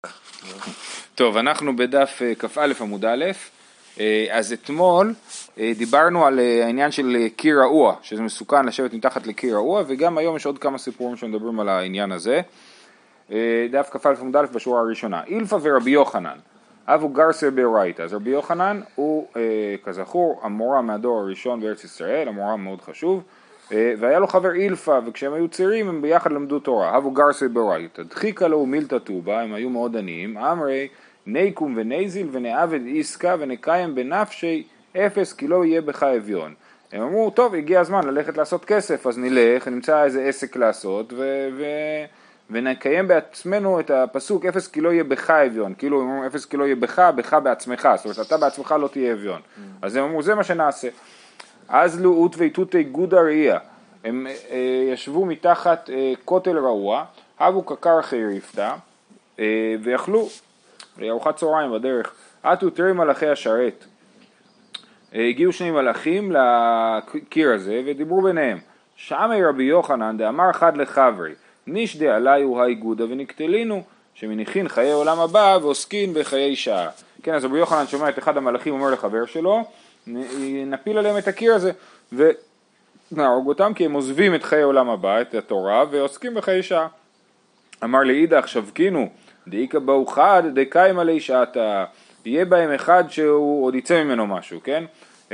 טוב, אנחנו בדף כ"א עמוד א', אז אתמול דיברנו על העניין של קיר רעוע, שזה מסוכן לשבת מתחת לקיר רעוע, וגם היום יש עוד כמה סיפורים שמדברים על העניין הזה. דף כ"א עמוד א' בשורה הראשונה. אילפא ורבי יוחנן, אבו גרסה באורייתא. אז רבי יוחנן הוא כזכור המורה מהדור הראשון בארץ ישראל, המורה מאוד חשוב, והיה לו חבר אילפא, וכשהם היו צעירים הם ביחד למדו תורה. אבו גרסה באורייתא, דחיקה לו מילתא טובה, הם היו מאוד עניים, אמרי ניקום ונייזיל ונעבד איסקה ונקיים בנפשי אפס כי לא יהיה בך אביון. הם אמרו, טוב, הגיע הזמן ללכת לעשות כסף, אז נלך, נמצא איזה עסק לעשות ונקיים בעצמנו את הפסוק אפס כי לא יהיה בך אביון. כאילו הם אמרו אפס כי לא יהיה בך בעצמך, זאת אומרת אתה בעצמך לא תהיה אביון. אז הם אמרו זה מה שנעשה. אז לאות ואיתותי גודה ראייה, הם ישבו מתחת כותל רעוע, הבו קקר חיריפתא, ויכלו ארוחת צהריים בדרך. עטו תרי מלאכי השרת, הגיעו שני מלאכים לקיר הזה ודיברו ביניהם. שעמי רבי יוחנן דאמר חד לחברי, נשדה עלי הוא האיגודה ונקטלינו, שמניחין חיי עולם הבא ועוסקין בחיי שעה. כן, אז רבי יוחנן שומע את אחד המלאכים אומר לחבר שלו, נפיל עליהם את הקיר הזה ונהרוג אותם כי הם עוזבים את חיי עולם הבא, את התורה, ועוסקים בחיי שעה. אמר לאידך שבקינו דאיקה באו חד דקיים עלי שעתה, יהיה בהם אחד שהוא עוד יצא ממנו משהו, כן?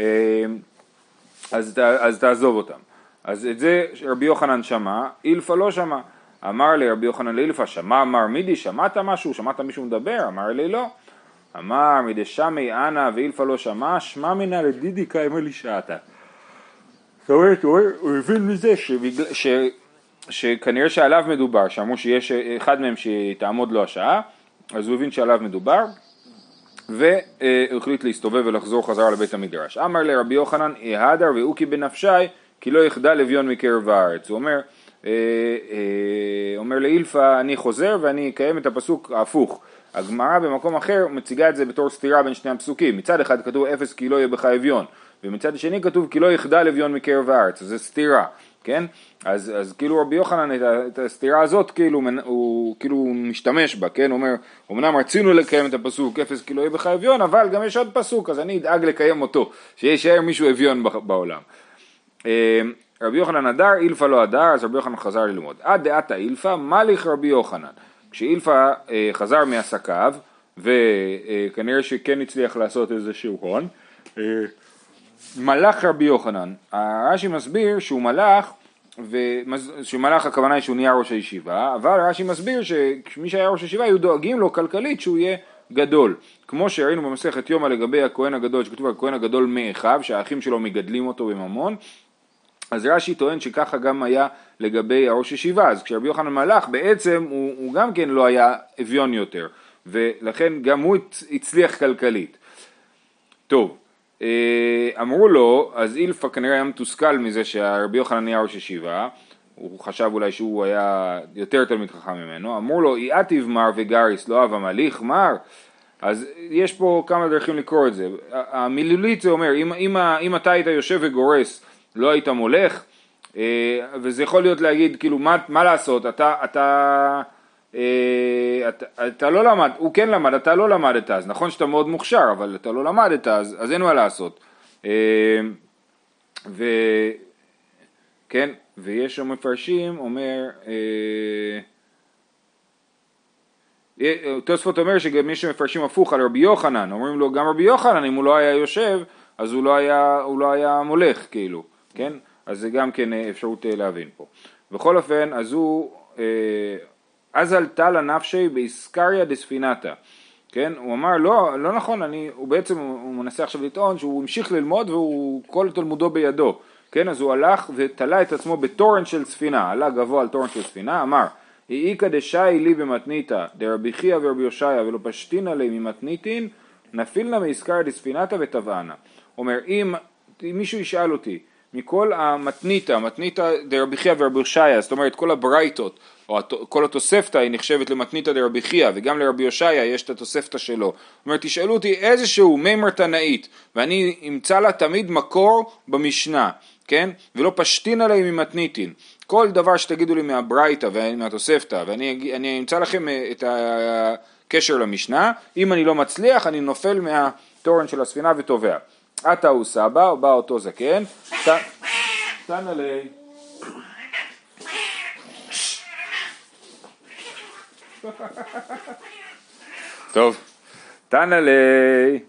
אז תעזוב אותם. אז את זה רבי יוחנן שמע, אילפא לא שמע. אמר לרבי יוחנן לאילפא, שמע אמר מידי, שמעת משהו? שמעת מישהו מדבר? אמר לי לא. אמר מדי שמי אנה ואילפא לא שמע, שמע מנה לדידי קיים עלי שעתה. זאת אומרת, הוא הבין מזה שכנראה שעליו מדובר, שאמרו שיש אחד מהם שתעמוד לו השעה, אז הוא הבין שעליו מדובר, והוא החליט להסתובב ולחזור חזרה לבית המדרש. אמר לרבי יוחנן, ההדר ואוקי בנפשי, כי לא יחדל אביון מקרב הארץ. הוא אומר לאילפא, אני חוזר ואני אקיים את הפסוק ההפוך. הגמרא במקום אחר מציגה את זה בתור סתירה בין שני הפסוקים. מצד אחד כתוב אפס כי לא יהיה בך אביון, ומצד השני כתוב כי לא יחדל אביון מקרב הארץ. אז זה סתירה, כן? אז כאילו רבי יוחנן את הסתירה הזאת הוא כאילו משתמש בה, כן? הוא אומר, אמנם רצינו לקיים את הפסוק אפס כי לא יהיה בך אביון, אבל גם יש עוד פסוק, אז אני אדאג לקיים אותו, שישאר מישהו אביון בעולם. רבי יוחנן הדר, אילפא לא הדר, אז רבי יוחנן חזר ללמוד. עד דעתה אילפא, מליך רבי יוחנן. כשאילפא חזר מעסקיו, וכנראה שכן הצליח לעשות איזשהו הון, מלך רבי יוחנן. רש"י מסביר שהוא מלך, שמלך הכוונה היא שהוא נהיה ראש הישיבה, אבל רש"י מסביר שמי שהיה ראש הישיבה היו דואגים לו כלכלית שהוא יהיה גדול. כמו שראינו במסכת יומא לגבי הכהן הגדול, שכתוב על הכהן הגדול מאחיו, שהאחים שלו מגדלים אותו בממון, אז רש"י טוען שככה גם היה לגבי הראש ישיבה. אז כשרבי יוחנן מלך בעצם הוא גם כן לא היה אביון יותר, ולכן גם הוא הצליח כלכלית. טוב, אמרו לו, אז אילפא כנראה היה מתוסכל מזה שהרבי יוחנן נהיה ראש ישיבה, הוא חשב אולי שהוא היה יותר תלמיד חכם ממנו. אמרו לו, איאתיב מר וגריס לא אהב המליך מר. אז יש פה כמה דרכים לקרוא את זה. המילולית זה אומר, אם אתה היית יושב וגורס לא היית מולך, וזה יכול להיות להגיד כאילו מה לעשות, אתה לא למד, הוא כן למד, אתה לא למדת, אז נכון שאתה מאוד מוכשר, אבל אתה לא למדת, אז אין מה לעשות. כן, ויש שם מפרשים, אומר, תוספות אומר שגם יש מפרשים הפוך על רבי יוחנן, אומרים לו גם רבי יוחנן, אם הוא לא היה יושב, אז הוא לא היה מולך, כאילו, כן? אז זה גם כן אפשרות להבין פה. בכל אופן, אז עלתה לנפשי באיסקריה דספינתה, כן? הוא אמר, לא נכון, הוא בעצם, הוא מנסה עכשיו לטעון שהוא המשיך ללמוד והוא כל תלמודו בידו, כן? אז הוא הלך ותלה את עצמו בתורן של ספינה, עלה גבוה על תורן של ספינה, אמר, איקא דשאי לי במתניתא, דרבי חייא ורבי יושעיה ולא פשטינא לי ממתניתין, נפילנה מאיסקריה דספינתה וטבענה. אומר, אם מישהו ישאל אותי, מכל המתניתא דרבי חייא ורבי יושעיה, זאת אומרת כל הברייתות, או כל התוספתא היא נחשבת למתניתא דרבי חייא, וגם לרבי יושעיה יש את התוספתא שלו. זאת אומרת, תשאלו אותי איזשהו מימר תנאית, ואני אמצא לה תמיד מקור במשנה, כן? ולא פשטין עלי ממתניתין. כל דבר שתגידו לי מהברייתא ומהתוספתא, ואני אמצא לכם את קשר למשנה, אם אני לא מצליח אני נופל מהתורן של הספינה וטובע. אתה הוא סבא, בא אותו זקן, תן עלי. טוב, תן עלי.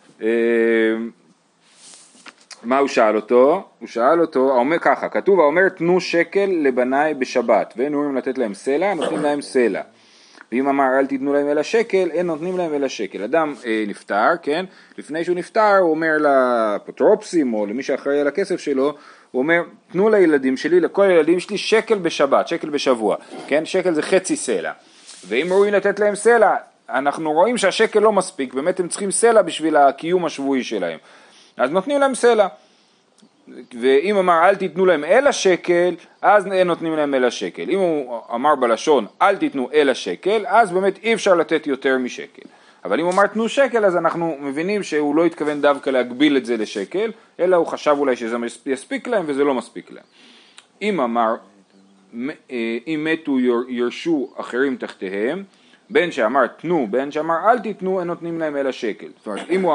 מה הוא שאל אותו? הוא שאל אותו, אומר ככה, כתוב, האומר תנו שקל לבניי בשבת, ואין אומרים לתת להם סלע, נותנים להם סלע. ואם אמר אל תיתנו להם אלא שקל, אין נותנים להם אלא שקל. אדם נפטר, כן? לפני שהוא נפטר, הוא אומר לאפוטרופוסים או למי שאחראי על הכסף שלו, הוא אומר, תנו לילדים שלי, לכל הילדים שלי, שקל בשבת, שקל בשבוע, כן? שקל זה חצי סלע. ואם רואים לתת להם סלע, אנחנו רואים שהשקל לא מספיק, באמת הם צריכים סלע בשביל הקיום השבועי שלהם. אז נותנים להם סלע. ואם אמר אל תיתנו להם אלא שקל, אז אין נותנים להם אלא שקל. אם הוא אמר בלשון אל תיתנו אלא שקל, אז באמת אי אפשר לתת יותר משקל. אבל אם הוא אמר תנו שקל, אז אנחנו מבינים שהוא לא התכוון דווקא להגביל את זה לשקל, אלא הוא חשב אולי שזה יספיק להם וזה לא מספיק להם. אם אמר אם מתו ירשו אחרים תחתיהם, בין שאמר תנו, בין שאמר אל תיתנו, אין נותנים להם אלא שקל. זאת אומרת, אם הוא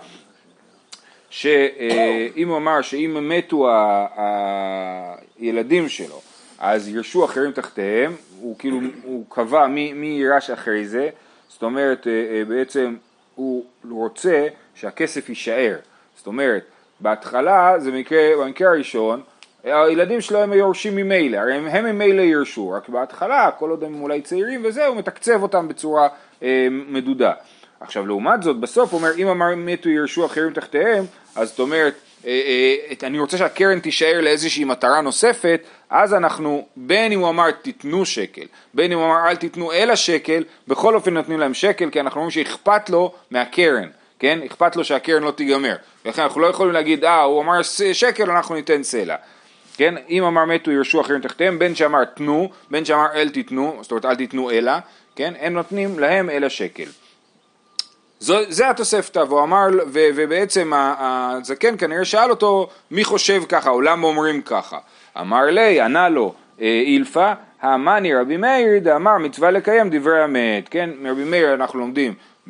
אמר שאם מתו הילדים שלו, אז ירשו אחרים תחתיהם, הוא קבע מי יירש אחרי זה, זאת אומרת, בעצם הוא רוצה שהכסף יישאר. זאת אומרת, בהתחלה, במקרה הראשון, הילדים שלו הם יורשים ממילא, הרי הם ממילא ירשו, רק בהתחלה, כל עוד הם אולי צעירים וזה, הוא מתקצב אותם בצורה מדודה. עכשיו, לעומת זאת, בסוף הוא אומר, אם אמר מתו ירשו אחרים תחתיהם, אז זאת אומרת, אני רוצה שהקרן תישאר לאיזושהי מטרה נוספת, אז אנחנו, בין אם הוא אמר תיתנו שקל, בין אם הוא אמר אל תיתנו אלא שקל, בכל אופן נותנים להם שקל, כי אנחנו אומרים שאכפת לו מהקרן, כן? אכפת לו שהקרן לא תיגמר. ולכן אנחנו לא יכולים להגיד, הוא אמר שקל, אנחנו ניתן סלע. כן? אם אמר מתו ירשו אחרים תחתיהם, בין שאמר תנו, בין שאמר אל תיתנו, זאת אומרת אל תיתנו אלא, כן? הם נותנים להם אלא שקל. זה התוספתא, והוא אמר, ובעצם הזקן כנראה שאל אותו, מי חושב ככה, או למה אומרים ככה? אמר לי, ענה לו, אילפה, המאני רבי מאיר, דאמר מצווה לקיים דברי אמת, כן? מרבי מאיר אנחנו לומדים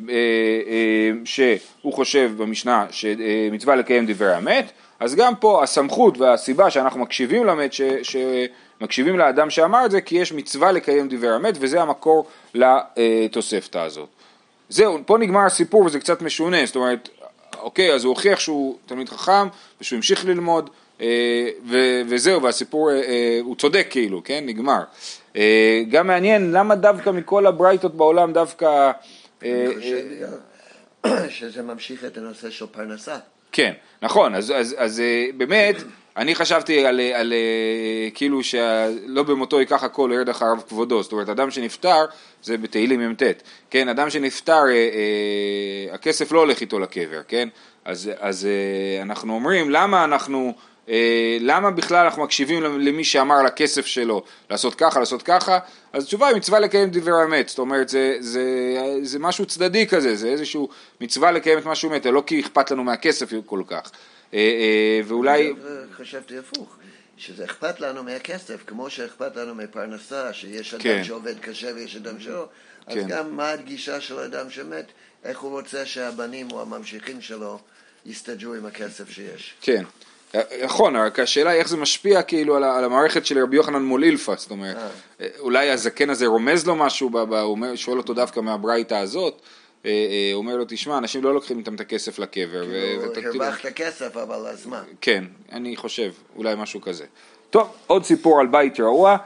שהוא חושב במשנה שמצווה לקיים דברי אמת, אז גם פה הסמכות והסיבה שאנחנו מקשיבים לאמת, שמקשיבים לאדם שאמר את זה, כי יש מצווה לקיים דברי אמת, וזה המקור לתוספתא הזאת. זהו, פה נגמר הסיפור וזה קצת משונה, זאת אומרת, אוקיי, אז הוא הוכיח שהוא תלמיד חכם ושהוא המשיך ללמוד וזהו, והסיפור, הוא צודק כאילו, כן, נגמר. גם מעניין למה דווקא מכל הברייתות בעולם דווקא... אני חושב שזה ממשיך את הנושא של פרנסה. כן, נכון, אז באמת... אני חשבתי על כאילו שלא במותו ייקח הכל ירד אחריו כבודו, זאת אומרת אדם שנפטר זה בתהילים מ"ט, כן, אדם שנפטר הכסף לא הולך איתו לקבר, כן, אז אנחנו אומרים למה בכלל אנחנו מקשיבים למי שאמר לכסף שלו לעשות ככה, אז התשובה היא מצווה לקיים דברי אמת, זאת אומרת זה משהו צדדי כזה, זה איזשהו מצווה לקיים את משהו מת, לא כי אכפת לנו מהכסף כל כך. ואולי... חשבתי הפוך, שזה אכפת לנו מהכסף, כמו שאכפת לנו מפרנסה, שיש אדם שעובד קשה ויש אדם שלא, אז גם מה הגישה של אדם שמת, איך הוא רוצה שהבנים או הממשיכים שלו יסתדרו עם הכסף שיש. כן, נכון, רק השאלה היא איך זה משפיע כאילו על המערכת של רבי יוחנן מולילפה, זאת אומרת, אולי הזקן הזה רומז לו משהו, הוא שואל אותו דווקא מהברייתא הזאת, הוא אומר לו, תשמע, אנשים לא לוקחים איתם את הכסף לקבר. הרווחת כסף, אבל אז מה? כן, אני חושב, אולי משהו כזה. טוב, עוד סיפור על בית רעוע.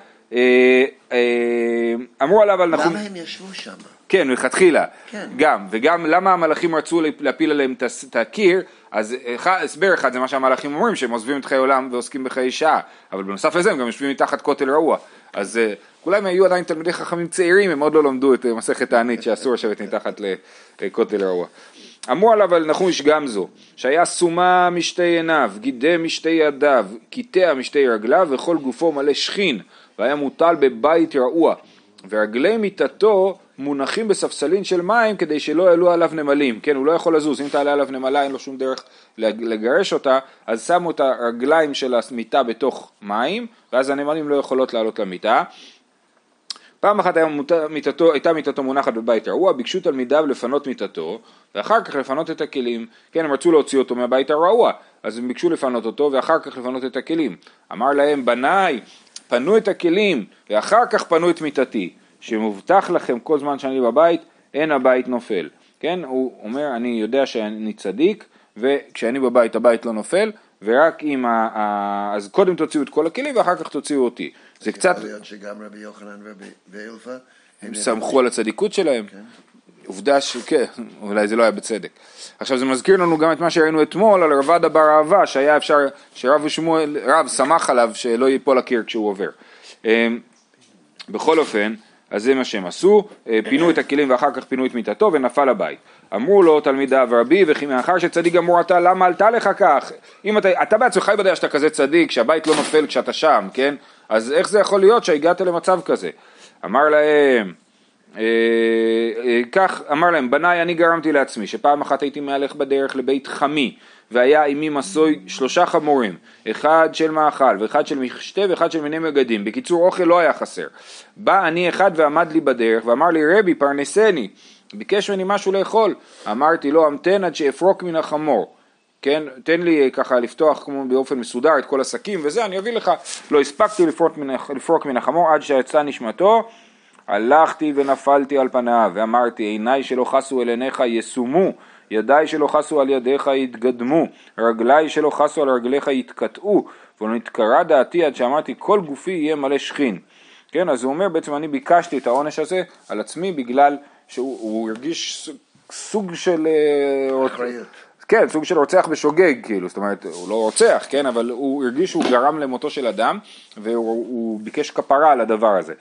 אמרו עליו על נחום... למה הם ישבו שם? כן, מלכתחילה. גם, וגם למה המלאכים רצו להפיל עליהם את הקיר, אז הסבר אחד זה מה שהמלאכים אומרים, שהם עוזבים את חיי עולם ועוסקים בחיי שעה, אבל בנוסף לזה הם גם יושבים מתחת כותל רעוע. אז כולם היו עדיין תלמידי חכמים צעירים, הם עוד לא למדו את מסכת תענית שאסור לשבת מתחת לכותל רעוע. אמרו עליו על נחום איש גמזו, שהיה סומה משתי עיניו, גידה משתי ידיו, קיטע משתי רגליו, וכל גופו מלא שכין, והיה מוטל בבית רעוע, ורגלי מיטתו מונחים בספסלין של מים, כדי שלא יעלו עליו נמלים, כן, הוא לא יכול לזוז, אם תעלה עליו נמלה, אין לו שום דרך לגרש אותה, אז שמו את הרגליים של המיטה בתוך מים, ואז הנמלים לא יכולות לעלות למיטה, פעם אחת הייתה מיטתו מונחת בבית הרעוע, ביקשו תלמידיו לפנות מיטתו, ואחר כך לפנות את הכלים. כן, הם רצו להוציא אותו מהבית הרעוע, אז הם ביקשו לפנות אותו, ואחר כך לפנות את הכלים. אמר להם, בניי, פנו את הכלים, ואחר כך פנו את מיטתי, שמובטח לכם כל זמן שאני בבית, אין הבית נופל. כן, הוא אומר, אני יודע שאני צדיק, וכשאני בבית, הבית לא נופל, ורק אם, אז קודם תוציאו את כל הכלים, ואחר כך תוציאו אותי. זה קצת... יכול להיות שגם רבי יוחנן ואילפה, הם סמכו על הצדיקות שלהם. כן. עובדה שכן, אולי זה לא היה בצדק. עכשיו זה מזכיר לנו גם את מה שראינו אתמול, על רבד בר אהבה, שהיה אפשר, שרב ושמואל, רב שמח עליו שלא ייפול הקיר כשהוא עובר. בכל אופן, אז זה מה שהם עשו, פינו את הכלים ואחר כך פינו את מיטתו ונפל הבית. אמרו לו תלמידיו רבי, וכי מאחר שצדיק גמור אתה, למה עלתה לך כך? אם אתה בעצמך יודע שאתה כזה צדיק, שהבית לא נופל כשאתה שם, כן? אז איך זה יכול להיות שהגעת למצב כזה? אמר להם, בניי אני גרמתי לעצמי, שפעם אחת הייתי מהלך בדרך לבית חמי, והיה עימי מסוי 3 חמורים, אחד של מאכל, ואחד של משתה, ואחד של מיני מגדים. בקיצור, אוכל לא היה חסר. בא אני אחד ועמד לי בדרך, ואמר לי, רבי, פרנסני, ביקש ממני משהו לאכול. אמרתי לו, המתן עד שאפרוק מן החמור. כן, תן לי ככה לפתוח כמו באופן מסודר את כל השקים, וזה אני אביא לך. לא הספקתי לפרוק מן החמור עד שיצא נשמתו, הלכתי ונפלתי על פניו, ואמרתי, עיניי שלא חסו אל עיניך יסומו, ידיי שלא חסו על ידיך יתגדמו, רגליי שלא חסו על רגליך יתקטעו, ולא נתקרא דעתי עד שאמרתי, כל גופי יהיה מלא שכין. כן, אז הוא אומר, בעצם אני ביקשתי את העונש הזה על עצמי, בגלל שהוא הרגיש סוג של... אחריות. כן, סוג של רוצח בשוגג, כאילו, זאת אומרת, הוא לא רוצח, כן, אבל הוא הרגיש שהוא גרם למותו של אדם, והוא ביקש כפרה על הדבר הזה.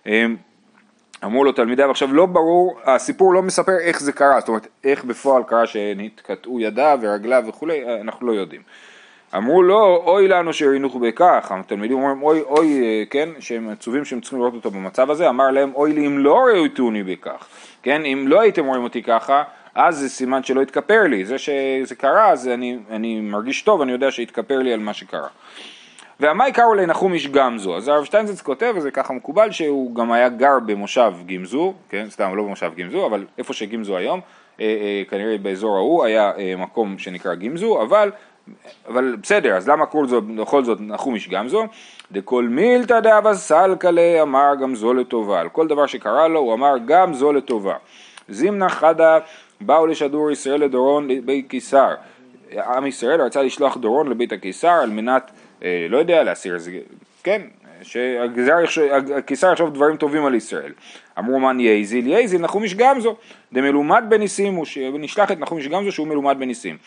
אמרו לו תלמידיו, עכשיו לא ברור, הסיפור לא מספר איך זה קרה, זאת אומרת, איך בפועל קרה שנתקטעו ידיו ורגליו וכולי, אנחנו לא יודעים. אמרו לו, אוי לנו שראינו בכך, התלמידים אומרים, אוי, כן, שהם עצובים שהם צריכים לראות אותו במצב הזה, אמר להם, אוי לי אם לא ראיתוני בכך, כן, אם לא הייתם רואים אותי ככה, אז זה סימן שלא התכפר לי, זה שזה קרה, אז אני מרגיש טוב, אני יודע שהתכפר לי על מה שקרה. והמאי קראו לנחום איש גמזו, אז הרב שטיינזלץ כותב, וזה ככה מקובל, שהוא גם היה גר במושב גמזו, כן, סתם לא במושב גמזו, אבל איפה שגמזו היום, כנראה באזור ההוא היה מקום שנקרא גמזו, אבל בסדר, אז למה קראו בכל זאת נחום איש גמזו? דכל מילתא דאבה סלקא ליה אמר גם זו לטובה, על כל דבר שקרה לו הוא אמר גם זו לטובה. זימנה חדה באו לשדור ישראל לדורון לבית קיסר, עם ישראל רצה לשלוח דורון לבית הקיסר על מנת לא יודע, להסיר את זה, כן, שהקיסר יחשוב דברים טובים על ישראל. אמרו מן יזיל נחום איש גמזו, דמלומד בניסים, הוא שנשלח את נחום איש גמזו שהוא מלומד בניסים.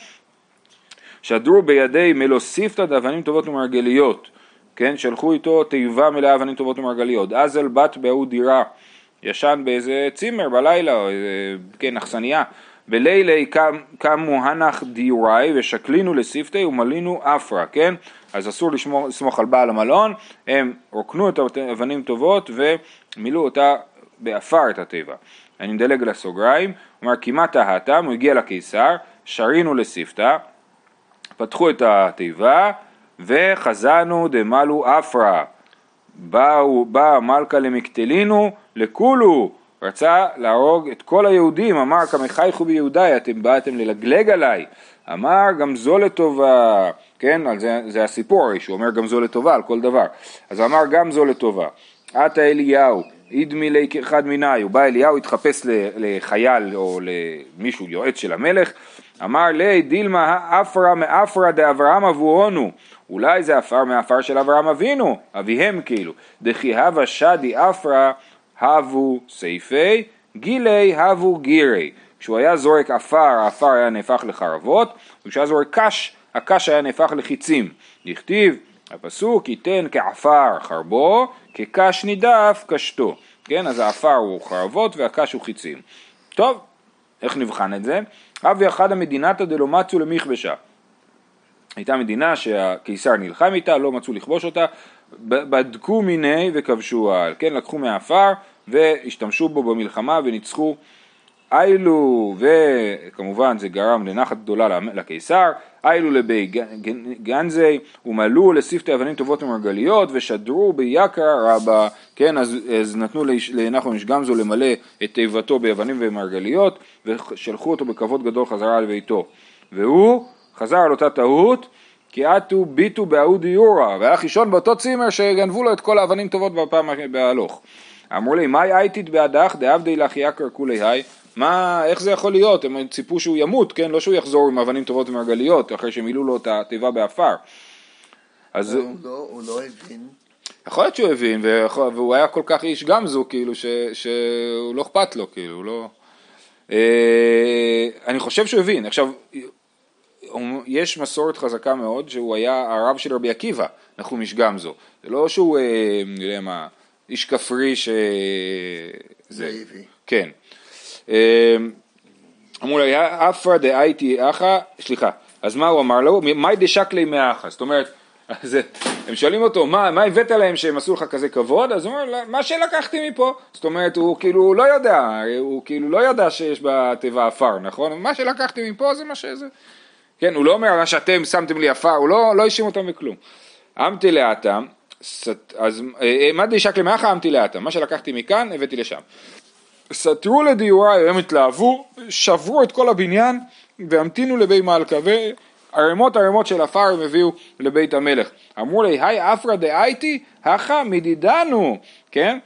שדרו בידי מלוסיפתא דאבנים טובות ומרגליות, כן, שלחו איתו תיבה מלאה אבנים טובות ומרגליות. אזל בת בהוא דירה, ישן באיזה צימר בלילה, או איזה, כן, אכסניה. בלילי קמו הנח דיוראי ושקלינו לסיפתי ומלינו אפרה, כן? אז אסור לסמוך על בעל המלון, הם רוקנו את אבנים טובות ומילאו אותה באפר את הטבע. אני מדלג לסוגריים, אומר כמעט ההתם, הוא הגיע לקיסר, שרינו לסיפתה, פתחו את התיבה וחזנו דמלו אפרה. בא מלכה למקטלינו לכולו, רצה להרוג את כל היהודים, אמר כמחייכו ביהודי, אתם באתם ללגלג עליי, אמר גם זו לטובה, כן, זה הסיפור הרי, שהוא אומר גם זו לטובה על כל דבר, אז אמר גם זו לטובה. עתה אליהו, ידמי לי כאחד מיני, הוא בא אליהו, התחפש לחייל או למישהו, יועץ של המלך, אמר לי דילמה אפרה מאפרה דאברהם אבונו, אולי זה אפר מאפר של אברהם אבינו, אביהם כאילו, דכי הווה שדי אפרה, הבו סייפי, גילי הבו גירי. כשהוא היה זורק אפר, האפר היה נהפך לחרבות, וכשהיה זורק קש, הקש היה נהפך לחיצים. נכתיב, הפסוק, ייתן כעפר חרבו, כקש נידף קשתו. כן, אז האפר הוא חרבות והקש הוא חיצים. טוב, איך נבחן את זה? אבי אחד המדינתא דלא מצאו למכבשה. הייתה מדינה שהקיסר נלחם איתה, לא מצאו לכבוש אותה, בדקו מיני וכבשו על, כן, לקחו מהאפר והשתמשו בו במלחמה וניצחו אילו, וכמובן זה גרם לנחת גדולה לקיסר, אילו לבי גנזי, ומלאו לספתי אבנים טובות ומרגליות, ושדרו ביקר רבה, כן, אז נתנו לנחום איש גמזו למלא את תיבתו באבנים ומרגליות, ושלחו אותו בכבוד גדול חזרה לביתו. והוא חזר על אותה טעות, כי עטו ביטו באהו דיורה, והלך לישון באותו צימר שגנבו לו את כל האבנים טובות בפעם בהלוך. אמרו לי, מה הייתית בעדך דעבדי לך יקר כולי היי? איך זה יכול להיות? הם ציפו שהוא ימות, כן? לא שהוא יחזור עם אבנים טובות ומרגליות, אחרי שהם מילאו לו את התיבה באפר. אז הוא לא הבין. יכול להיות שהוא הבין, והוא היה כל כך איש גמזו, כאילו, שהוא לא אכפת לו, כאילו, לא... אני חושב שהוא הבין. עכשיו, יש מסורת חזקה מאוד, שהוא היה הרב של רבי עקיבא, נחום איש גמזו. זה לא שהוא, אני יודע מה, איש כפרי נאיבי. כן. אמרו לי, אפרה דאייתי אחא, סליחה, אז מה הוא אמר לו? מאי דשקלי מאחא, זאת אומרת, הם שואלים אותו, מה הבאת להם שהם עשו לך כזה כבוד? אז הוא אומר, מה שלקחתי מפה? זאת אומרת, הוא כאילו לא ידע שיש בתיבה אפר, נכון? מה שלקחתי מפה זה מה שזה. כן, הוא לא אומר, מה שאתם שמתם לי אפר, הוא לא האשים אותם בכלום. אמתי לאטם, אז מה דשקלי מאחא אמתי לאטם, מה שלקחתי מכאן הבאתי לשם. סתרו לדיוראי, הם התלהבו, שברו את כל הבניין והמתינו לבי מלכה, וערימות של אפר הם הביאו לבית המלך. אמרו לי, היי אפרה דאייתי, הכא מדידנו, כן?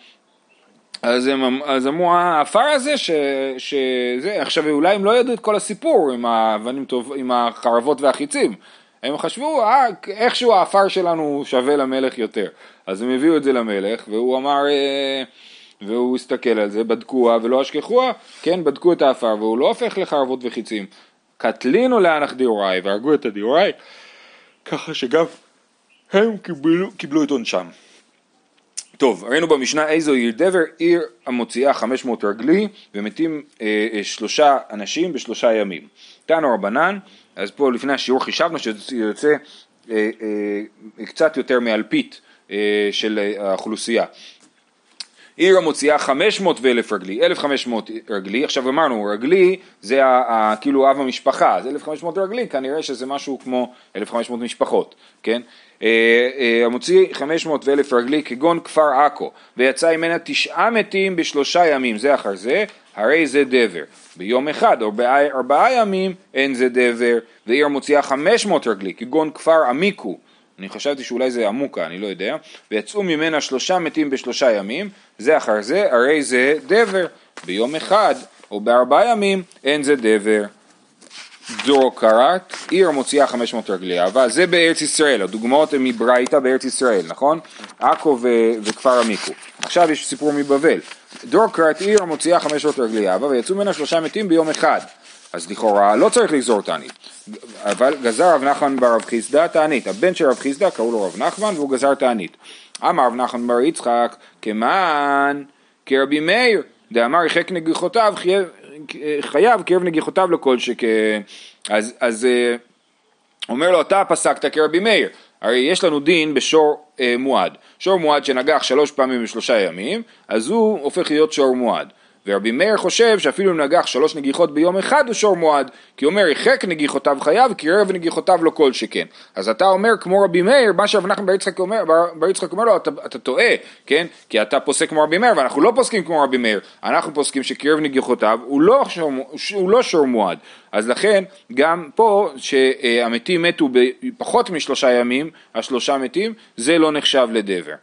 אז אמרו, האפר הזה, שזה, עכשיו אולי הם לא ידעו את כל הסיפור עם החרבות והחיצים, הם חשבו, איכשהו האפר שלנו שווה למלך יותר. אז הם הביאו את זה למלך, והוא אמר... והוא הסתכל על זה, בדקוה ולא השכחוה, כן, בדקו את האפר, והוא לא הופך לחרבות וחיצים. קטלינו לאנח דיוראי, והרגו את הדיוראי, ככה שגם הם קיבלו את עונשם. טוב, ראינו במשנה איזו עיר דבר, עיר המוציאה 500 רגלי, ומתים 3 אנשים ב3 ימים. תנו רבנן, אז פה לפני השיעור חישבנו שיוצא קצת יותר מאלפית של האוכלוסייה. עיר המוציאה 500 ו1,000 רגלי, 1,500 רגלי, עכשיו אמרנו רגלי זה כאילו אב המשפחה, אז 1,500 רגלי כנראה שזה משהו כמו 1,500 משפחות, כן? המוציא 500 ו1,000 רגלי כגון כפר עכו, ויצא ממנה 9 מתים ב3 ימים, זה אחר זה, הרי זה דבר, ביום אחד או ב4 ימים אין זה דבר, ועיר המוציאה 500 רגלי כגון כפר עמיקו, אני חשבתי שאולי זה עמוקה, אני לא יודע, ויצאו ממנה 3 מתים ב3 ימים, זה אחר זה, הרי זה דבר, ביום אחד או ב4 ימים אין זה דבר. דורוקרת, עיר מוציאה 500 רגלי, אבל זה בארץ ישראל, הדוגמאות הן מברייתא בארץ ישראל, נכון? עכו וכפר עמיקו. עכשיו יש סיפור מבבל. דורוקרת, עיר מוציאה 500 רגלי, ויצאו ממנה 3 מתים ביום אחד. אז לכאורה לא צריך לגזור תענית, אבל גזר רב נחמן ברב חיסדא תענית, הבן של רב חיסדא קראו לו רב נחמן והוא גזר תענית. אמר רב נחמן בר יצחק כמן כרבי מאיר דאמר יחק נגיחותיו חייב קרב נגיחותיו לכל אז אומר לו אתה פסקת כרבי מאיר, הרי יש לנו דין בשור מועד, שור מועד שנגח 3 פעמים ב3 ימים, אז הוא הופך להיות שור מועד. ורבי מאיר חושב שאפילו אם נגח 3 נגיחות ביום אחד הוא שור מועד, כי הוא אומר יחק נגיחותיו חייב, כי רב נגיחותיו לא כל שכן. אז אתה אומר כמו רבי מאיר, מה שרב נחמן בר יצחק אומר לו, אתה טועה, כן? כי אתה פוסק כמו רבי מאיר, ואנחנו לא פוסקים כמו רבי מאיר, אנחנו פוסקים שקרב נגיחותיו הוא לא שור מועד. אז לכן גם פה שהמתים מתו בפחות מ3 ימים, 3 מתים, זה לא נחשב לדבר.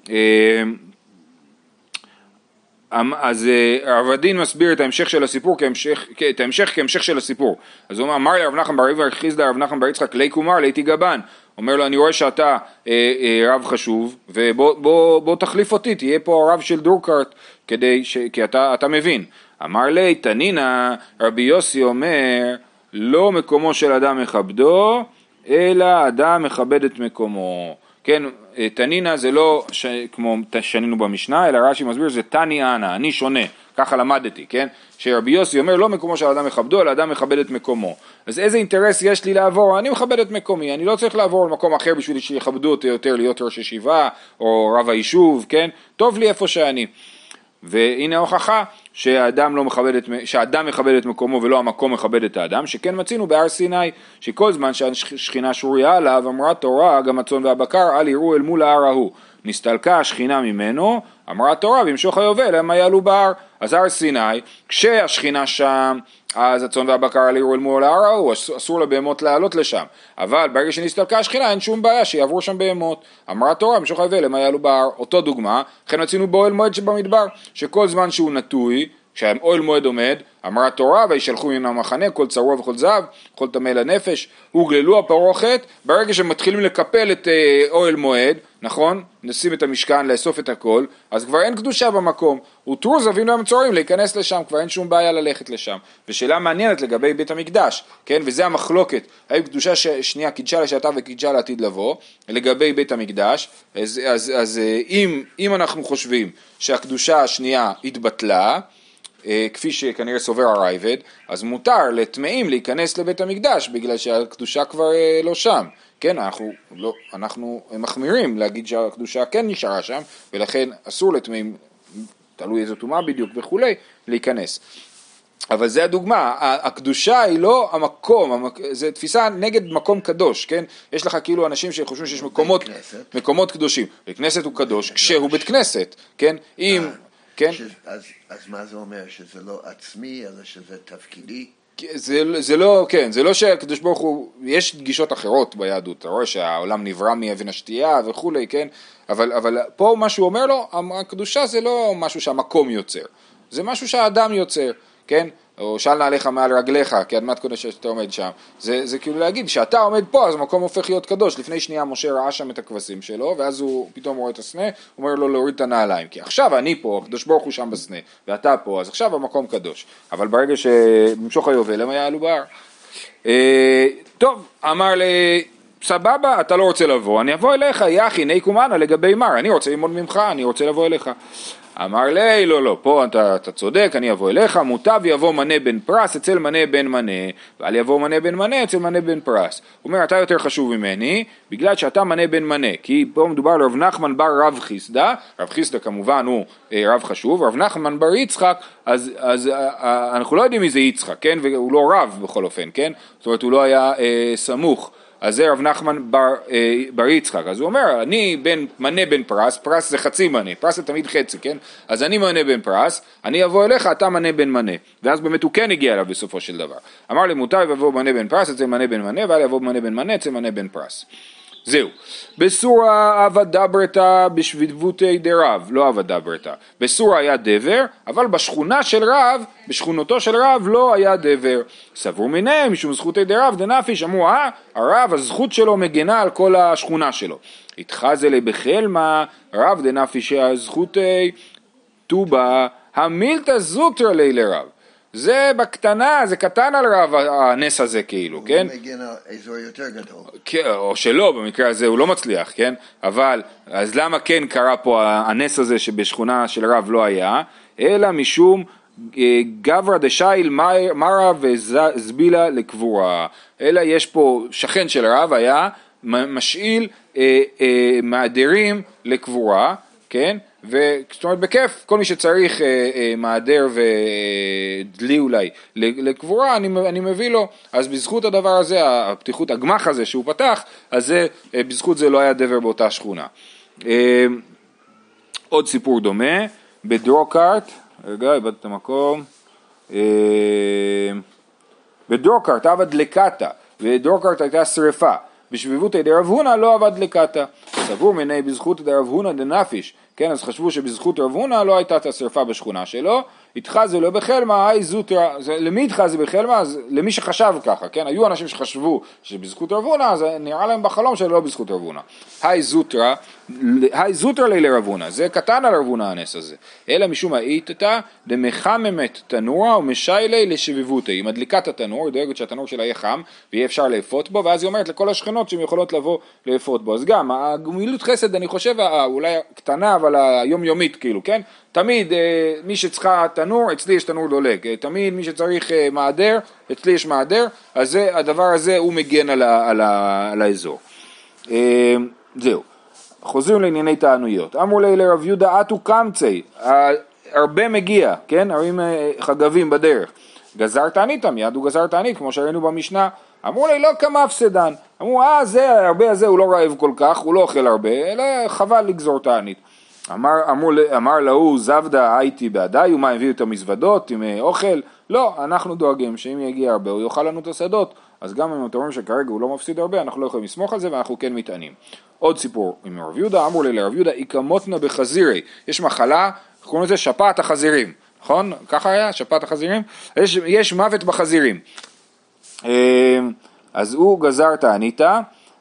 אז רב הדין מסביר את ההמשך של הסיפור כהמשך של הסיפור. אז הוא אמר לרב נחמן בר חיסדא רב נחמן בר יצחק לי קומר לי תיגבן, אומר לו אני רואה שאתה רב חשוב ובוא תחליף אותי, תהיה פה רב של דורקרט כי אתה מבין. אמר לי תנינה רבי יוסי אומר לא מקומו של אדם מכבדו אלא אדם מכבד את מקומו. כן, תנינה זה לא כמו שנינו במשנה, אלא רש"י מסביר זה תני אנה, אני שונה, ככה למדתי, כן? שרבי יוסי אומר לא מקומו של אדם מכבדו, אלא אדם מכבד את מקומו. אז איזה אינטרס יש לי לעבור? אני מכבד את מקומי, אני לא צריך לעבור למקום אחר בשביל שיכבדו אותי יותר להיות ראש ישיבה או רב היישוב, כן? טוב לי איפה שאני. והנה ההוכחה שהאדם מכבד את מקומו ולא המקום מכבד את האדם, שכן מצינו בהר סיני, שכל זמן שהשכינה שוריה עליו, אמרה תורה, גם הצאן והבקר אל יראו אל מול ההר ההוא. נסתלקה השכינה ממנו, אמרה תורה, וימשוך היובל הם יעלו בהר. אז הר סיני, כשהשכינה שם, אז הצאן והבקר אל יראו אל מול ההר ההוא, אסור לבהמות לעלות לשם. אבל ברגע שנסתלקה השכינה, אין שום בעיה שיעברו שם בהמות. אמרה תורה, וימשוך היובל הם יעלו בהר. אותו דוגמה, לכן מצינו באוהל מועד שבמדבר, שכל זמן שהוא נטוי, כשהאוהל מועד עומד, אמרה תורה, וישלחו מן המחנה כל צרוע וכל זהב, כל טמא לנפש, הוגללו הפרוכת. ברגע שמתחילים לקפל את אוהל מועד, נכון? נשים את המשכן, לאסוף את הכל, אז כבר אין קדושה במקום. הותרו זבים והמצורעים להיכנס לשם, כבר אין שום בעיה ללכת לשם. ושאלה מעניינת לגבי בית המקדש, כן? וזה המחלוקת, האם קדושה שנייה קידשה לשעתה וקידשה לעתיד לבוא, לגבי בית המקדש. אז אם אנחנו חושבים שהקדושה השנייה התבטלה, כפי שכנראה סובר הרייבד, אז מותר לטמאים להיכנס לבית המקדש, בגלל שהקדושה כבר לא שם. כן, אנחנו מחמירים להגיד שהקדושה כן נשארה שם, ולכן אסור לטמאים, תלוי איזו טומאה בדיוק וכולי, להיכנס. אבל זה הדוגמה, הקדושה היא לא המקום, זה תפיסה נגד מקום קדוש, כן? יש לך כאילו אנשים שחושבים שיש מקומות קדושים, וכנסת הוא קדוש כשהוא בית כנסת, כן? כן? אז מה זה אומר? שזה לא עצמי, אלא שזה תפקידי? זה לא, כן, זה לא שהקדוש ברוך הוא, יש גישות אחרות ביהדות, אתה רואה שהעולם נברא מאבן השתייה וכולי, כן? אבל פה מה שהוא אומר לו, הקדושה זה לא משהו שהמקום יוצר, זה משהו שהאדם יוצר, כן? או של נעליך מעל רגליך, כי אדמת קודש שאתה עומד שם. זה כאילו להגיד, שאתה עומד פה, אז המקום הופך להיות קדוש. לפני שנייה משה ראה שם את הכבשים שלו, ואז הוא פתאום רואה את הסנה, אומר לו להוריד את הנעליים, כי עכשיו אני פה, הקדוש ברוך הוא שם בסנה, ואתה פה, אז עכשיו המקום קדוש. אבל ברגע שמשוך היובל, הם יעלו בהר. טוב, אמר לי, סבבה, אתה לא רוצה לבוא, אני אבוא אליך, יחי, ני קומנה לגבי מר, אני רוצה ללמוד ממך, אני רוצה לבוא אליך. אמר לי, לא, פה אתה צודק, אני אבוא אליך, מוטב יבוא מנה בן פרס אצל מנה בן מנה, ואל יבוא מנה בן מנה אצל מנה בן פרס. הוא אומר, אתה יותר חשוב ממני, בגלל שאתה מנה בן מנה, כי פה מדובר לרב נחמן בר רב חיסדא, רב חיסדא כמובן הוא רב חשוב, רב נחמן בר יצחק, אז אנחנו לא יודעים מי זה יצחק, כן? והוא לא רב בכל אופן, כן? זאת אומרת, הוא לא היה סמוך. אז זה רב נחמן בר יצחק, אז הוא אומר, אני מנה בן פרס, פרס זה חצי מנה, פרס זה תמיד חצי, כן? אז אני מנה בן פרס, אני אבוא אליך, אתה מנה בן מנה, ואז באמת הוא כן הגיע אליו בסופו של דבר. אמר לי, מוטב יבוא מנה בן פרס, אצל מנה בן מנה, ואל יבוא מנה בן מנה, אצל מנה בן פרס. זהו. בסורה עבדה ברתה בשבטבותי דרב, לא עבדה ברתה. בסורה היה דבר, אבל בשכונתו של רב לא היה דבר. סבור מיני, משום זכותי דרב דנפיש, אמרו, הרב, הזכות שלו מגנה על כל השכונה שלו. התחזה לי בחלמה, רב דנפיש הזכותי טובה, המילתא זוטרא לי לרב. זה בקטנה, זה קטן על רב הנס הזה כאילו, כן? הוא מגן על אזור יותר גדול. או שלא, במקרה הזה הוא לא מצליח, כן? אבל, אז למה כן קרה פה הנס הזה שבשכונה של רב לא היה? אלא משום גברא דשייל מרה וזבילה לקבורה. אלא יש פה שכן של רב היה משאיל מעדרים לקבורה, כן? זאת אומרת בכיף, כל מי שצריך מעדר ודלי אולי לקבורה, אני מביא לו. אז בזכות הדבר הזה, הפתיחות, הגמח הזה שהוא פתח, אז זה, בזכות זה לא היה דבר באותה שכונה. עוד סיפור דומה, בדרוקרט, רגע, איבדתי את המקום, בדרוקרט עבד לקטה, ודרוקרט הייתה שריפה, בשביבות הידי רב הונא לא עבד לקטה, סבור מיני בזכות הידי רב הונא דנפיש, כן, אז חשבו שבזכות רב הונא לא הייתה את השריפה בשכונה שלו, התחזה לו בחלמה, היי זוטרא, למי התחזה בחלמה? אז למי שחשב ככה, כן, היו אנשים שחשבו שבזכות רב הונא, אז נראה להם בחלום שלא בזכות רב הונא. היי זוטרא לי לרב הונא, זה קטן על רב הונא הנס הזה, אלא משום האיתתא דמחממת תנורה ומשיילי לשביבותי, היא מדליקה את התנור, היא דואגת שהתנור שלה יהיה חם, ויהיה אפשר לאפות בו, ואז היא אומרת לכל השכנות שהן יכולות לבוא לאפות בו. אז גם, הגמילות חסד, אני חושב, אולי קטנה, אבל היומיומית, כאילו, כן? תמיד מי שצריכה תנור, אצלי יש תנור דולק, תמיד מי שצריך מעדר, אצלי יש מעדר, אז הדבר הזה הוא מגן על האזור. זהו. חוזרים לענייני תענויות. אמרו לי לרב יהודה אתו קמצי, הרבה מגיע, כן? הרים חגבים בדרך. גזר תענית, מיד הוא גזר תענית, כמו שראינו במשנה. אמרו לי, לא כמה הפסדן. אמרו, זה, הרבה הזה הוא לא רעב כל כך, הוא לא אוכל הרבה, אלא חבל לגזור תענית. אמר לו, זבדה הייתי בעדי, ומה הביאו את המזוודות עם אוכל? לא, אנחנו דואגים שאם יגיע הרבה, הוא יאכל לנו את השדות. אז גם אם אתם אומרים שכרגע הוא לא מפסיד הרבה, אנחנו לא יכולים לסמוך על זה, ואנחנו כן מתענים. עוד סיפור עם רב יהודה, אמרו לי לרב יהודה, יקמותנה בחזירי. יש מחלה, קוראים לזה שפעת החזירים, נכון? ככה היה, שפעת החזירים? יש מוות בחזירים. אז הוא גזר תעניתה.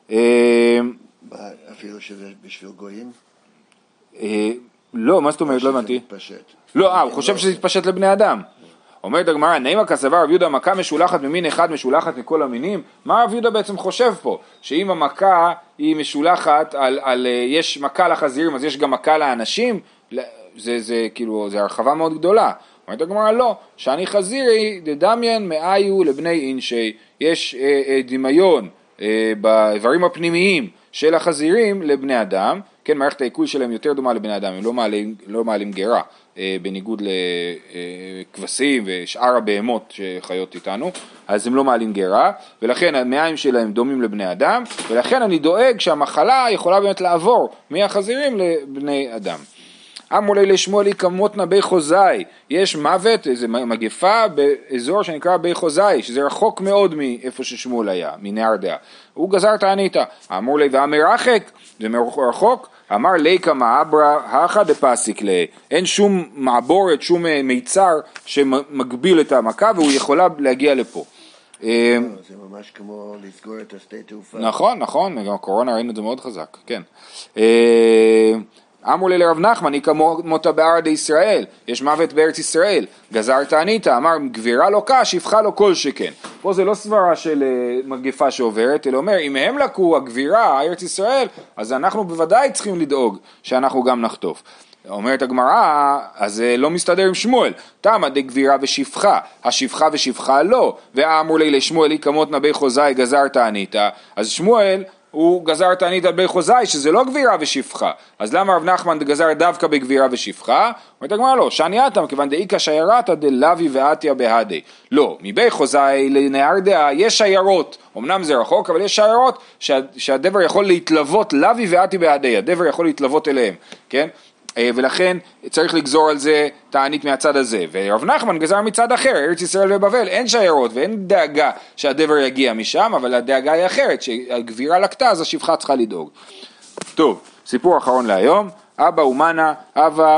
אפילו שזה בשביל גויים? לא, מה זאת אומרת? לא הבנתי. לא, הוא חושב שזה יתפשט לבני אדם. אומרת הגמרא, נעימה כסבר רב יהודה, מכה משולחת ממין אחד, משולחת מכל המינים. מה רב יהודה בעצם חושב פה? שאם המכה היא משולחת יש מכה לחזירים, אז יש גם מכה לאנשים? זה כאילו, זה הרחבה מאוד גדולה. אומרת הגמרא, לא, שאני חזירי, דדמיין מאיו לבני אינשי. יש דמיון באיברים הפנימיים של החזירים לבני אדם, כן, מערכת העיכול שלהם יותר דומה לבני אדם, הם לא מעלים גרה, בניגוד לכבשים ושאר הבהמות שחיות איתנו, אז הם לא מעלים גרה, ולכן המעיים שלהם דומים לבני אדם, ולכן אני דואג שהמחלה יכולה באמת לעבור מהחזירים לבני אדם. אמרו לי לשמואל יקמותנה בי חוזאי, יש מוות, איזו מגפה באזור שנקרא בי חוזאי, שזה רחוק מאוד מאיפה ששמואל היה, מנהר דעה. הוא גזר תעניתה. אמרו לי והמרחק, זה מרחוק, אמר לי כמה אברה הכא דפסיק לי, אין שום מעבורת, שום מיצר שמגביל את המכה והוא יכולה להגיע לפה. זה ממש כמו לסגור את השדה תעופה. נכון, גם הקורונה ראינו את זה מאוד חזק, כן. אמרו לי לרב נחמן, יקמותה בארץ ישראל, יש מוות בארץ ישראל, גזר תעניתה, אמר גבירה לא קה, שפחה לו כל שכן. פה זה לא סברה של מגפה שעוברת, אלא אומר, אם הם לקו הגבירה, ארץ ישראל, אז אנחנו בוודאי צריכים לדאוג שאנחנו גם נחטוף. אומרת הגמרא, אז זה לא מסתדר עם שמואל, תמה דגבירה ושפחה, השפחה ושפחה לא, ואמרו לי לשמואל יקמותנה בי חוזאי גזר תעניתה, אז שמואל הוא גזר תענית על בי חוזאי, שזה לא גבירה ושפחה. אז למה רב נחמן גזר דווקא בגבירה ושפחה? אומרת הגמרא לא, שאני אתם, כיוון דאיקה שיירתא דלוי ועתיה בהדי. לא, מבי חוזאי לנהר דעה יש שיירות, אמנם זה רחוק, אבל יש שיירות שהדבר יכול להתלוות לוי ועתי בהדי, הדבר יכול להתלוות אליהם, כן? ולכן צריך לגזור על זה תענית מהצד הזה, ורב נחמן גזר מצד אחר, ארץ ישראל ובבל, אין שיירות ואין דאגה שהדבר יגיע משם, אבל הדאגה היא אחרת, שהגבירה לקטה אז השפחה צריכה לדאוג. טוב, סיפור אחרון להיום, אבא אומנה, אבא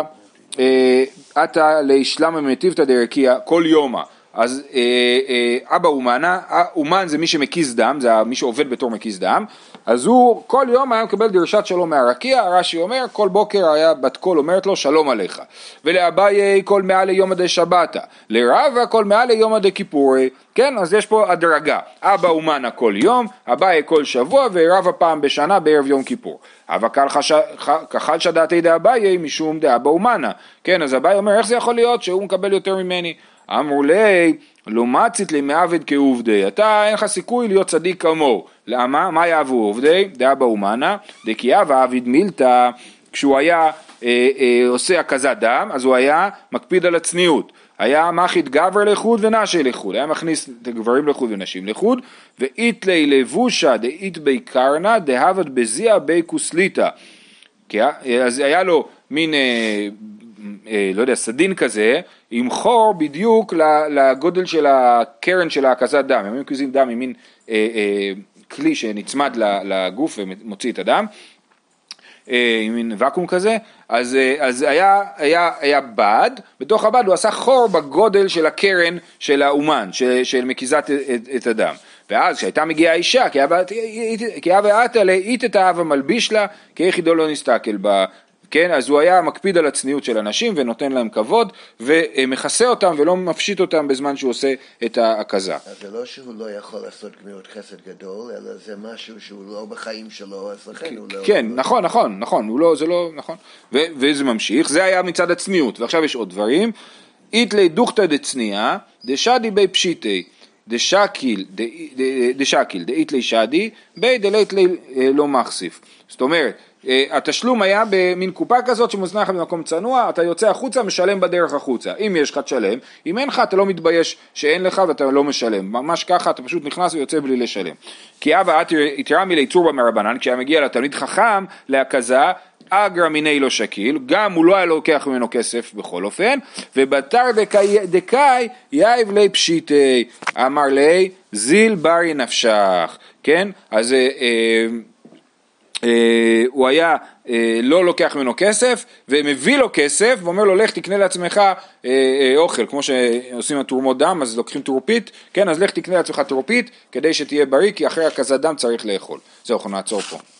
עתה להשלמה מטיבתא דרקיע כל יומה, אז אבא אומנה, אומן זה מי שמקיז דם, זה מי שעובד בתור מקיז דם, אז הוא כל יום היה מקבל דרשת שלום מהרקיע, רש"י אומר, כל בוקר היה בת קול אומרת לו שלום עליך, ולאביי כל מעל ליום עדי שבתה, לרבא כל מעל ליום עדי כיפורי, כן, אז יש פה הדרגה, אבא אומנה כל יום, אביי כל שבוע, ורבא פעם בשנה בערב יום כיפור. אבל כחל שדעתי דאביי משום דאבא אומנה, כן, אז אביי אומר, איך זה יכול להיות שהוא מקבל יותר ממני? אמרו לי, לא מצית לי מעבד כעובדי, אתה אין לך סיכוי להיות צדיק כמוהו. למה? מה יעבו עובדי? דאבא אומנה, דקיה ועביד מילתא, כשהוא היה עושה הקזת דם, אז הוא היה מקפיד על הצניעות. היה מחית גבר לחוד ונשי לחוד, היה מכניס את הגברים לחוד ונשים לחוד, ואית לי לבושה דאית בי קרנה דהבת בזיע בי כוסליטה. אז היה לו מין לא יודע, סדין כזה, עם חור בדיוק לגודל של הקרן של ההקזת דם. הם מקזים דם עם מין כלי שנצמד לגוף ומוציא את הדם, עם מין וקום כזה, אז היה בד, בתוך הבד הוא עשה חור בגודל של הקרן של האומן, של מקיזת את הדם. ואז כשהייתה מגיעה אישה, כי אבא עתה להית את האבא מלביש לה, כי יחידו לא נסתכל בה, כן, אז הוא היה מקפיד על הצניעות של אנשים ונותן להם כבוד ומכסה אותם ולא מפשיט אותם בזמן שהוא עושה את ההקזה. אז זה לא שהוא לא יכול לעשות גמילות חסד גדול, אלא זה משהו שהוא לא בחיים שלו, אז לכן הוא לא... כן, נכון, זה לא נכון. וזה ממשיך, זה היה מצד הצניעות, ועכשיו יש עוד דברים. אית לי דוכתא דצניעה, דשדי בי פשיטי. דשקיל, דאית לי שדי, בי דלית לי לא מחשיף. זאת אומרת, התשלום היה במין קופה כזאת שמוזנחת במקום צנוע, אתה יוצא החוצה, משלם בדרך החוצה. אם יש לך תשלם, אם אין לך אתה לא מתבייש שאין לך ואתה לא משלם. ממש ככה אתה פשוט נכנס ויוצא בלי לשלם. כי אבא יתרה מליצור במרבנן, כשהיה מגיע לתלמיד חכם להקזה, אגרא מיני לא שקיל, גם הוא לא היה לוקח ממנו כסף בכל אופן, ובתר דקאי יאיב לי פשיטי, אמר לי זיל ברי נפשך, כן? אז הוא היה לא לוקח ממנו כסף ומביא לו כסף ואומר לו לך תקנה לעצמך אוכל, כמו שעושים התרומות דם, אז לוקחים תרופית, כן, אז לך תקנה לעצמך תרופית כדי שתהיה בריא, כי אחרי הקזת דם צריך לאכול. זהו, אנחנו נעצור פה.